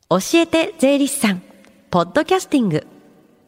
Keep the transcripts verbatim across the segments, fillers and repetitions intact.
教えて税理士さんポッドキャスティング。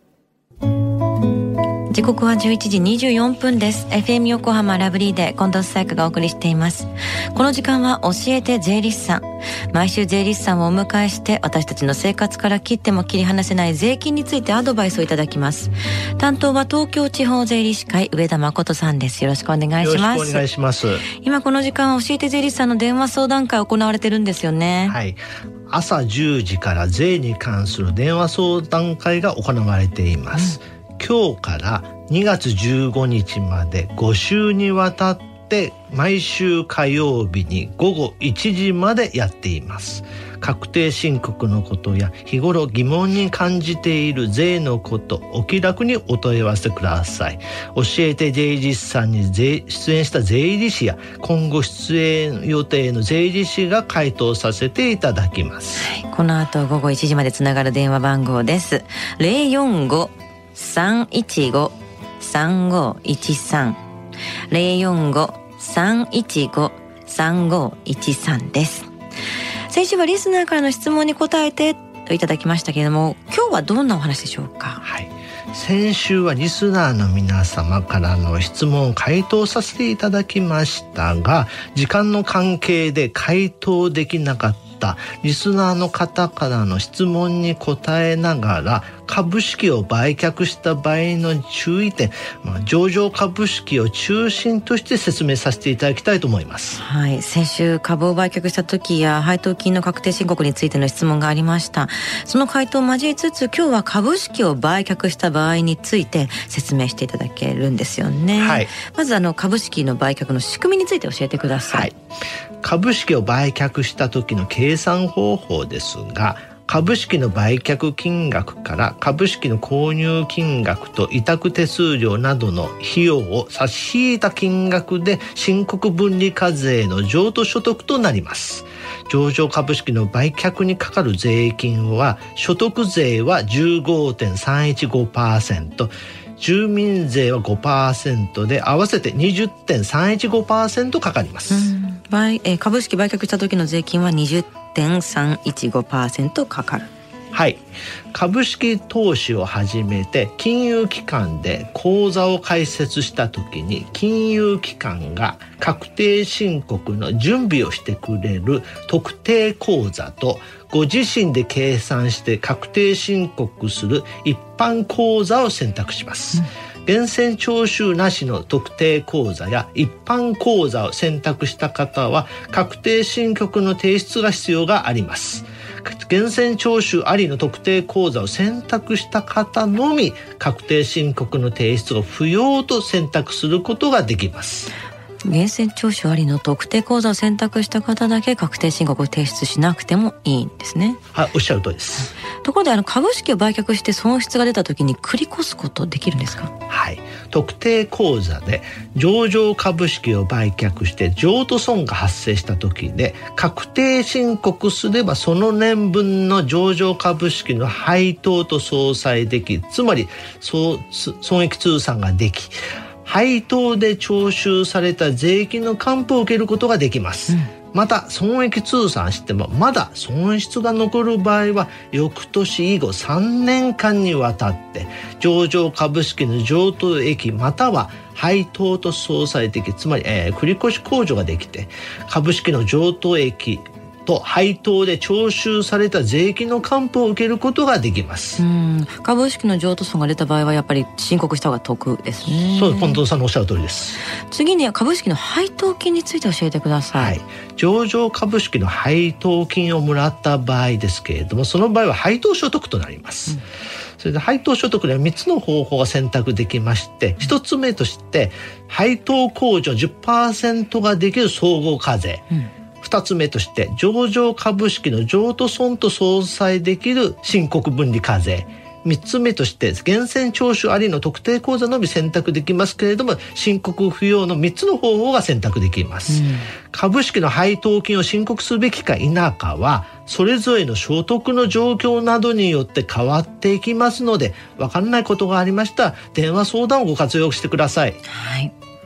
時刻はじゅういちじにじゅうよんぷんです。 エフエム 横浜ラブリーで近藤紗友香がお送りしています。この時間は教えて税理士さん。毎週税理士さんをお迎えして私たちの生活から切っても切り離せない税金についてアドバイスをいただきます。担当は東京地方税理士会上田誠さんです。よろしくお願いします。 よろしくお願いします。 今この時間は教えて税理士さんの電話相談会行われてるんですよね。 はい、朝じゅうじから税に関する電話相談会が行われています、うん、今日からにがつじゅうごにちまでご週にわたって毎週火曜日にごごいちじまでやっています。確定申告のことや日頃疑問に感じている税のことお気楽にお問い合わせください。教えて税理士さんに税出演した税理士や今後出演予定の税理士が回答させていただきます、 はい、この後ごごいちじまでつながる電話番号です。 ゼロよんご さんいちご さんごいちさん ゼロよんご さんいちご さんごいちさんです。先週はリスナーからの質問に答えてといただきましたけれども、今日はどんなお話でしょうか。 はい、先週はリスナーの皆様からの質問を回答させていただきましたが、時間の関係で回答できなかったリスナーの方からの質問に答えながら、株式を売却した場合の注意点、まあ、上場株式を中心として説明させていただきたいと思います。 はい、先週株を売却した時や配当金の確定申告についての質問がありました。その回答を交えつつ、今日は株式を売却した場合について説明していただけるんですよね。はい、まずあの株式の売却の仕組みについて教えてください。はい、 株式を売却した時の計算方法ですが、株式の売却金額から株式の購入金額と委託手数料などの費用を差し引いた金額で申告分離課税の譲渡所得となります。上場株式の売却にかかる税金は、所得税は じゅうごてんさんいちごパーセント、住民税は ごパーセント で合わせて にじゅってんさんいちごパーセント かかります。 うん売えー、株式売却した時の税金は にじゅってんさんいちごパーセント かかる。 はい、株式投資を始めて金融機関で口座を開設した時に、金融機関が確定申告の準備をしてくれる特定口座と、ご自身で計算して確定申告する一般口座を選択します、うん源泉徴収なしの特定口座や一般口座を選択した方は確定申告の提出が必要があります。源泉徴収ありの特定口座を選択した方のみ確定申告の提出を不要と選択することができます。 源泉徴収ありの特定口座を選択した方だけ確定申告を提出しなくてもいいんですね。 はい、おっしゃる通りです。 ところであの株式を売却して損失が出た時に繰り越すことできるんですか。 はい、特定口座で上場株式を売却して譲渡損が発生した時で確定申告すれば、その年分の上場株式の配当と相殺でき、つまり損益通算ができ、配当で徴収された税金の還付を受けることができます、うん、また損益通算してもまだ損失が残る場合は、翌年以後さんねんかんにわたって上場株式の譲渡益または配当と相殺的、つまり、えー、繰越控除ができて、株式の譲渡益と配当で徴収された税金の還付を受けることができます。 うん株式の譲渡損が出た場合はやっぱり申告した方が得ですね。 そう、近藤さんのおっしゃる通りです。 次に株式の配当金について教えてください。はい、 上場株式の配当金をもらった場合ですけれども、その場合は配当所得となります、うん、それで配当所得にはみっつの方法が選択できまして、ひとつめとして配当控除 じゅっパーセント ができる総合課税、うんふたつめとして上場株式の譲渡損と相殺できる申告分離課税、みっつめとして源泉徴収ありの特定口座のみ選択できますけれども、申告不要のみっつの方法が選択できます、うん、株式の配当金を申告すべきか否かはそれぞれの所得の状況などによって変わっていきますので、分からないことがありましたら電話相談をご活用してください。 はい、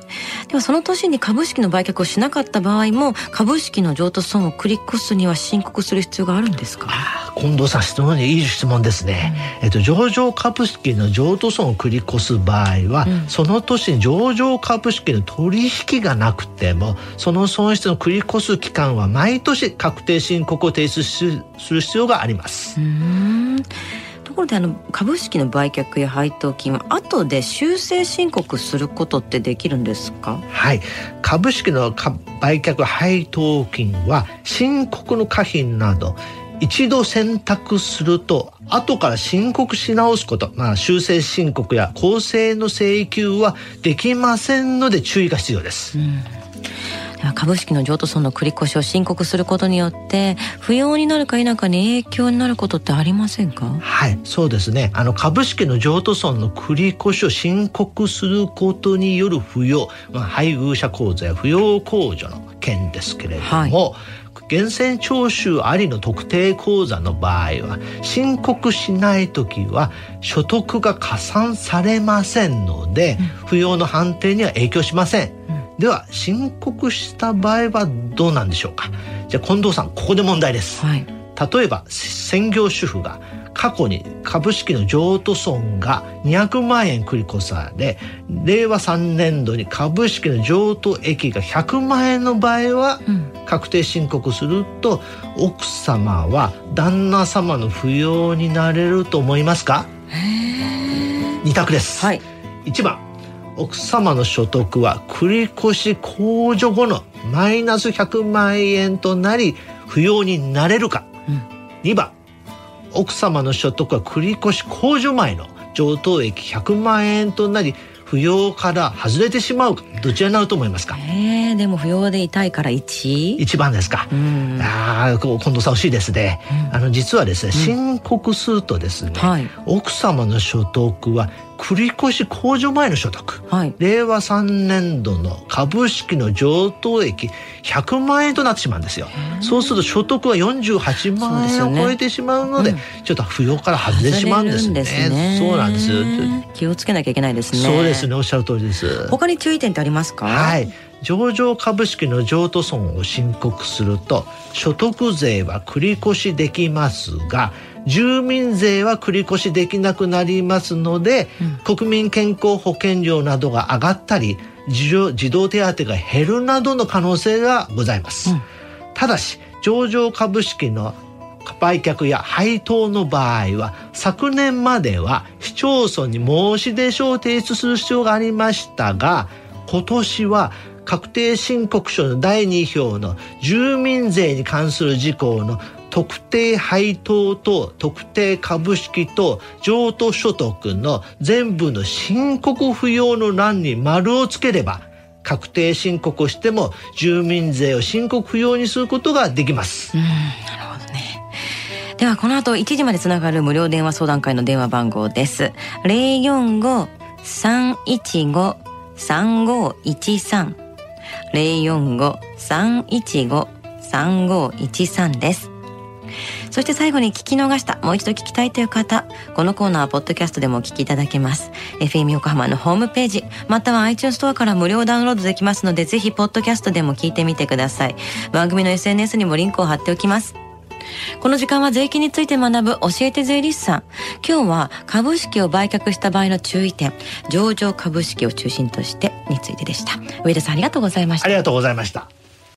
ではその年に株式の売却をしなかった場合も株式の譲渡損を繰り越すには申告する必要があるんですか？ あ、近藤さん、質問にいい質問ですね、うん、えっと、上場株式の譲渡損を繰り越す場合は、うん、その年に上場株式の取引がなくてもその損失の繰り越す期間は毎年確定申告を提出する必要があります。 うーん、ところであの株式の売却や配当金は後で修正申告することってできるんですか？ はい、株式の売却配当金は申告の可否など一度選択すると後から申告し直すこと、まあ、修正申告や公正の請求はできませんので注意が必要です。うん、 株式の譲渡損の繰り越しを申告することによって不要になるか否かに影響になることってありませんか？ はい、そうですね。あの株式の譲渡損の繰り越しを申告することによる不要、まあ、配偶者控除や扶養控除の件ですけれども、はい、源泉徴収ありの特定口座の場合は申告しないときは所得が加算されませんので、うん、扶養の判定には影響しません。では申告した場合はどうなんでしょうか？じゃあ近藤さん、ここで問題です、はい、例えば専業主婦が過去に株式の譲渡損がにひゃくまんえん繰り越されれいわさんねんどに株式の譲渡益がひゃくまんえんの場合は、うん、確定申告すると奥様は旦那様の扶養になれると思いますか？に択です、はい、いちばん、奥様の所得は繰越控除後のマイナスひゃくまんえんとなり扶養になれるか、うん、にばん、奥様の所得は繰越控除前の譲渡益ひゃくまんえんとなり扶養から外れてしまうか、どちらになると思いますか？ えー、でも扶養で痛いからいちいちばんですか。うん、あ、近藤さん惜しいですね、うん、あの実はですね、申告するとですね、はい、奥様の所得は繰越控除前の所得、はい、れいわさんねんどの株式の譲渡益ひゃくまんえんとなってしまうんですよ。そうすると所得はよんじゅうはちまんえんを超えてしまうので、うん、ちょっと扶養から外れてしまうんですね。 ですね。そうなんです。気をつけなきゃいけないですね。 そうですね、おっしゃる通りです。 他に注意点ってありますか？ はい、上場株式の譲渡損を申告すると所得税は繰り越しできますが住民税は繰り越しできなくなりますので、うん、国民健康保険料などが上がったり児童手当が減るなどの可能性がございます、うん、ただし上場株式の売却や配当の場合は昨年までは市町村に申出書を提出する必要がありましたが今年は確定申告書のだいに票の住民税に関する事項の特定配当と特定株式と譲渡所得の全部の申告不要の欄に丸をつければ確定申告をしても住民税を申告不要にすることができます。うん、なるほどね。 ではこの後いちじまでつながる無料電話相談会の電話番号です。 ゼロよんご さんいちご さんごいちさん ゼロよんご さんいちご さんごいちさん です。そして最後に聞き逃した、もう一度聞きたいという方、このコーナーはポッドキャストでもお聞きいただけます。エフエム 横浜のホームページ、または iTunes ストアから無料ダウンロードできますので、ぜひポッドキャストでも聞いてみてください。番組の エスエヌエス にもリンクを貼っておきます。この時間は税金について学ぶ教えて税理士さん。今日は株式を売却した場合の注意点、上場株式を中心としてについてでした。上田さん、ありがとうございました。 ありがとうございました。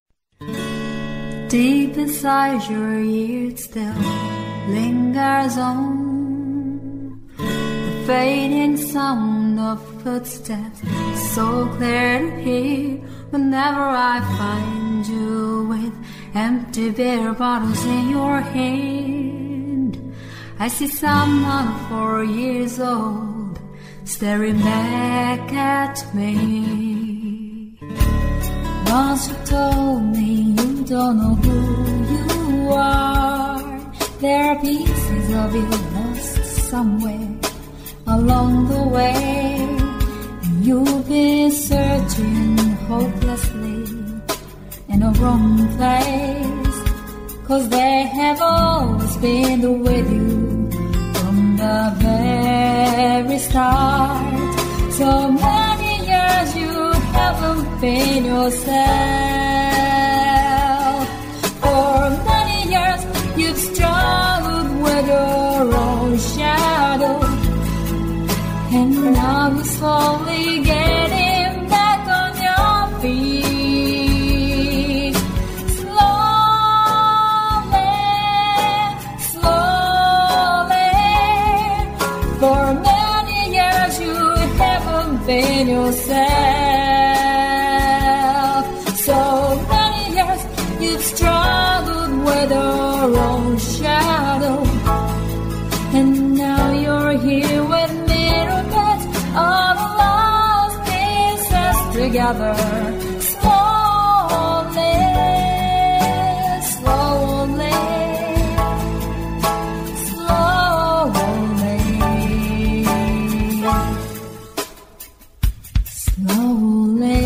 Deep inside your ears still lingers on the fading sound of footsteps, so clear to hear whenever I find you with empty beer bottles in your hand. I see someone four years old staring back at me.Once you told me you don't know who you are. There are pieces of you lost somewhere along the way. And you've been searching hopelessly in a wrong place. Cause they have always been with you from the very start. So many years you haven't been been yourself. For many years you've struggled with your own shadow, and now you're slowly getting back on your feet. Slowly, slowly. For many years you haven't been yourself. So many years you've struggled with your own shadow, and now you're here with me to get all the lost pieces together. Slowly, slowly, slowly, slowly.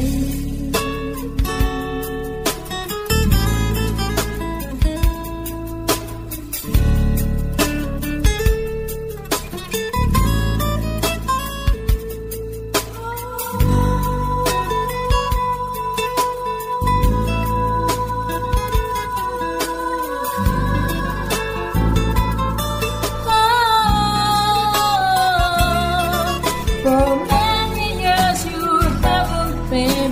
For many years you haven't been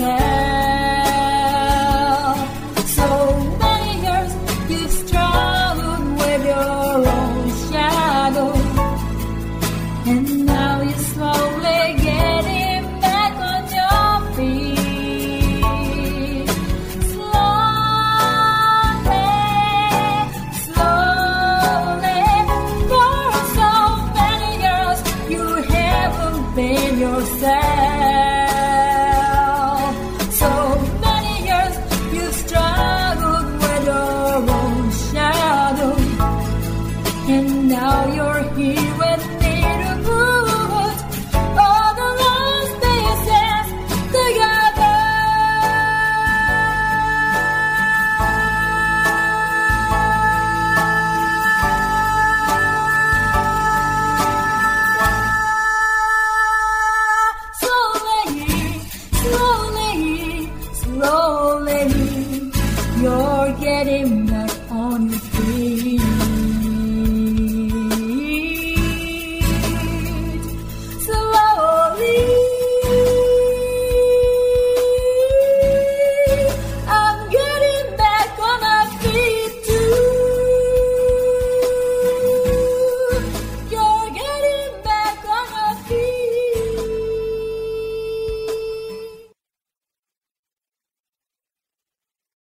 yourself. So many years you've struggled with your own shadow, and now you're slowly getting back on your feet. Slowly, slowly. For so many years you haven't been yourself. So many years you've struggled with your own shadow, and now you're here with me to put all the lost pieces together. Slowly, slowly, slowly, you're getting back on your feet.